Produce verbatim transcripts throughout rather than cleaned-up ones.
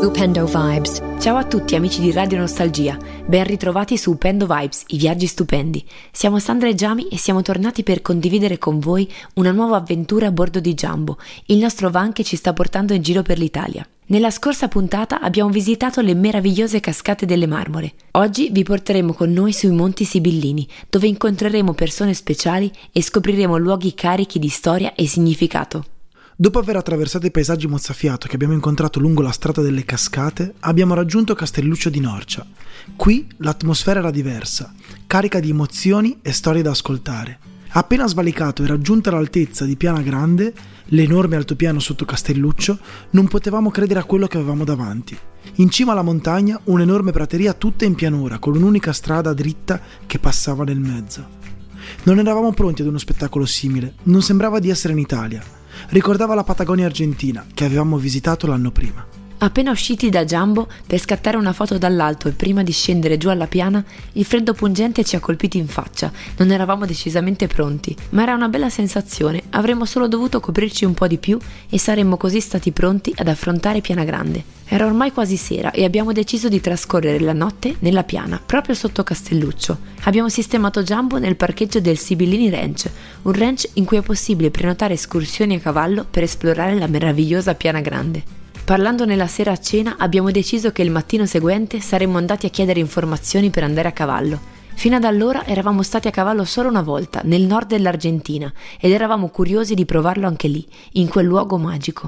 Upendo Vibes. Ciao a tutti amici di Radio Nostalgia, ben ritrovati su Upendo Vibes, i viaggi stupendi. Siamo Sandra e Giami e siamo tornati per condividere con voi una nuova avventura a bordo di Jumbo, il nostro van che ci sta portando in giro per l'Italia. Nella scorsa puntata abbiamo visitato le meravigliose cascate delle Marmore. Oggi vi porteremo con noi sui Monti Sibillini, dove incontreremo persone speciali e scopriremo luoghi carichi di storia e significato. Dopo aver attraversato i paesaggi mozzafiato che abbiamo incontrato lungo la strada delle cascate, abbiamo raggiunto Castelluccio di Norcia. Qui l'atmosfera era diversa, carica di emozioni e storie da ascoltare. Appena svalicato e raggiunta l'altezza di Piana Grande, l'enorme altopiano sotto Castelluccio, non potevamo credere a quello che avevamo davanti. In cima alla montagna un'enorme prateria tutta in pianura, con un'unica strada dritta che passava nel mezzo. Non eravamo pronti ad uno spettacolo simile, non sembrava di essere in Italia. Ricordava la Patagonia argentina che avevamo visitato l'anno prima. Appena usciti da Jumbo per scattare una foto dall'alto e prima di scendere giù alla piana, il freddo pungente ci ha colpiti in faccia. Non eravamo decisamente pronti, ma era una bella sensazione. Avremmo solo dovuto coprirci un po' di più e saremmo così stati pronti ad affrontare Piana Grande. Era ormai quasi sera e abbiamo deciso di trascorrere la notte nella piana, proprio sotto Castelluccio. Abbiamo sistemato Jumbo nel parcheggio del Sibillini Ranch, un ranch in cui è possibile prenotare escursioni a cavallo per esplorare la meravigliosa Piana Grande. Parlando nella sera a cena abbiamo deciso che il mattino seguente saremmo andati a chiedere informazioni per andare a cavallo. Fino ad allora eravamo stati a cavallo solo una volta, nel nord dell'Argentina, ed eravamo curiosi di provarlo anche lì, in quel luogo magico.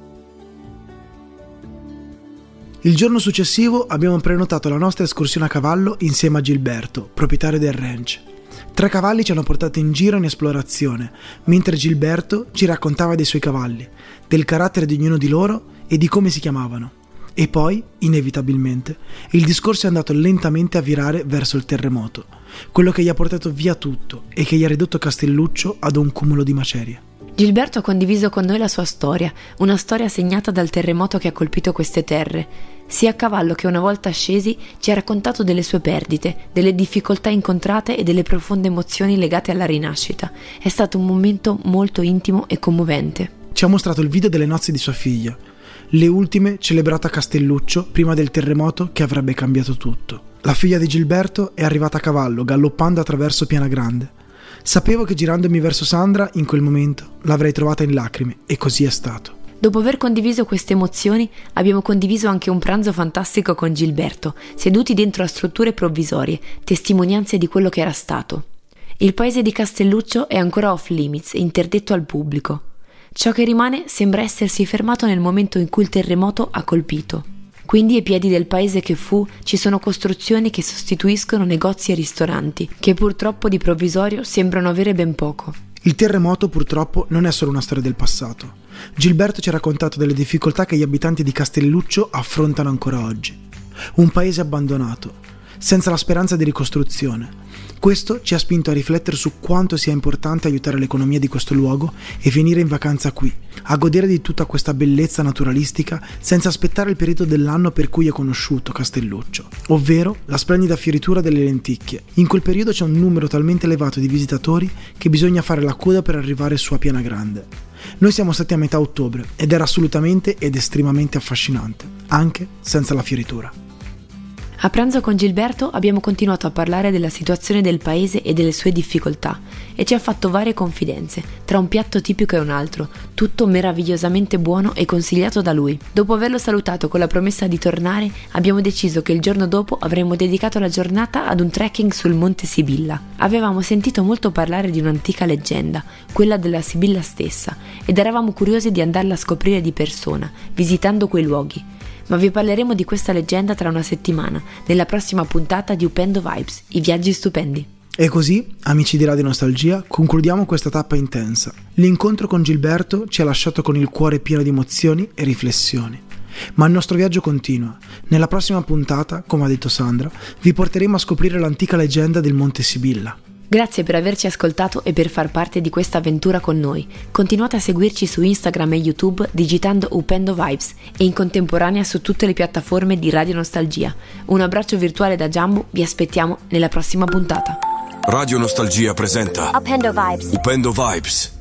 Il giorno successivo abbiamo prenotato la nostra escursione a cavallo insieme a Gilberto, proprietario del ranch. Tre cavalli ci hanno portato in giro in esplorazione, mentre Gilberto ci raccontava dei suoi cavalli, del carattere di ognuno di loro e di come si chiamavano. E poi, inevitabilmente, il discorso è andato lentamente a virare verso il terremoto, quello che gli ha portato via tutto e che gli ha ridotto Castelluccio ad un cumulo di macerie. Gilberto ha condiviso con noi la sua storia, una storia segnata dal terremoto che ha colpito queste terre. Sia a cavallo che una volta scesi ci ha raccontato delle sue perdite, delle difficoltà incontrate e delle profonde emozioni legate alla rinascita. È stato un momento molto intimo e commovente. Ci ha mostrato il video delle nozze di sua figlia, le ultime celebrate a Castelluccio prima del terremoto che avrebbe cambiato tutto. La figlia di Gilberto è arrivata a cavallo, galoppando attraverso Piana Grande. Sapevo che girandomi verso Sandra, in quel momento, l'avrei trovata in lacrime, e così è stato. Dopo aver condiviso queste emozioni, abbiamo condiviso anche un pranzo fantastico con Gilberto, seduti dentro a strutture provvisorie, testimonianze di quello che era stato. Il paese di Castelluccio è ancora off limits e interdetto al pubblico. Ciò che rimane sembra essersi fermato nel momento in cui il terremoto ha colpito. Quindi ai piedi del paese che fu ci sono costruzioni che sostituiscono negozi e ristoranti, che purtroppo di provvisorio sembrano avere ben poco. Il terremoto purtroppo non è solo una storia del passato. Gilberto ci ha raccontato delle difficoltà che gli abitanti di Castelluccio affrontano ancora oggi. Un paese abbandonato, senza la speranza di ricostruzione. Questo ci ha spinto a riflettere su quanto sia importante aiutare l'economia di questo luogo e venire in vacanza qui, a godere di tutta questa bellezza naturalistica senza aspettare il periodo dell'anno per cui è conosciuto Castelluccio, ovvero la splendida fioritura delle lenticchie. In quel periodo c'è un numero talmente elevato di visitatori che bisogna fare la coda per arrivare su a Piana Grande. Noi siamo stati a metà ottobre ed era assolutamente ed estremamente affascinante, anche senza la fioritura. A pranzo con Gilberto abbiamo continuato a parlare della situazione del paese e delle sue difficoltà e ci ha fatto varie confidenze, tra un piatto tipico e un altro, tutto meravigliosamente buono e consigliato da lui. Dopo averlo salutato con la promessa di tornare, abbiamo deciso che il giorno dopo avremmo dedicato la giornata ad un trekking sul Monte Sibilla. Avevamo sentito molto parlare di un'antica leggenda, quella della Sibilla stessa, ed eravamo curiosi di andarla a scoprire di persona, visitando quei luoghi. Ma vi parleremo di questa leggenda tra una settimana, nella prossima puntata di Upendo Vibes, i viaggi stupendi. E così, amici di Radio Nostalgia, concludiamo questa tappa intensa. L'incontro con Gilberto ci ha lasciato con il cuore pieno di emozioni e riflessioni. Ma il nostro viaggio continua. Nella prossima puntata, come ha detto Sandra, vi porteremo a scoprire l'antica leggenda del Monte Sibilla. Grazie per averci ascoltato e per far parte di questa avventura con noi. Continuate a seguirci su Instagram e YouTube digitando Upendo Vibes e in contemporanea su tutte le piattaforme di Radio Nostalgia. Un abbraccio virtuale da Jumbo, vi aspettiamo nella prossima puntata. Radio Nostalgia presenta Upendo Vibes. Upendo Vibes.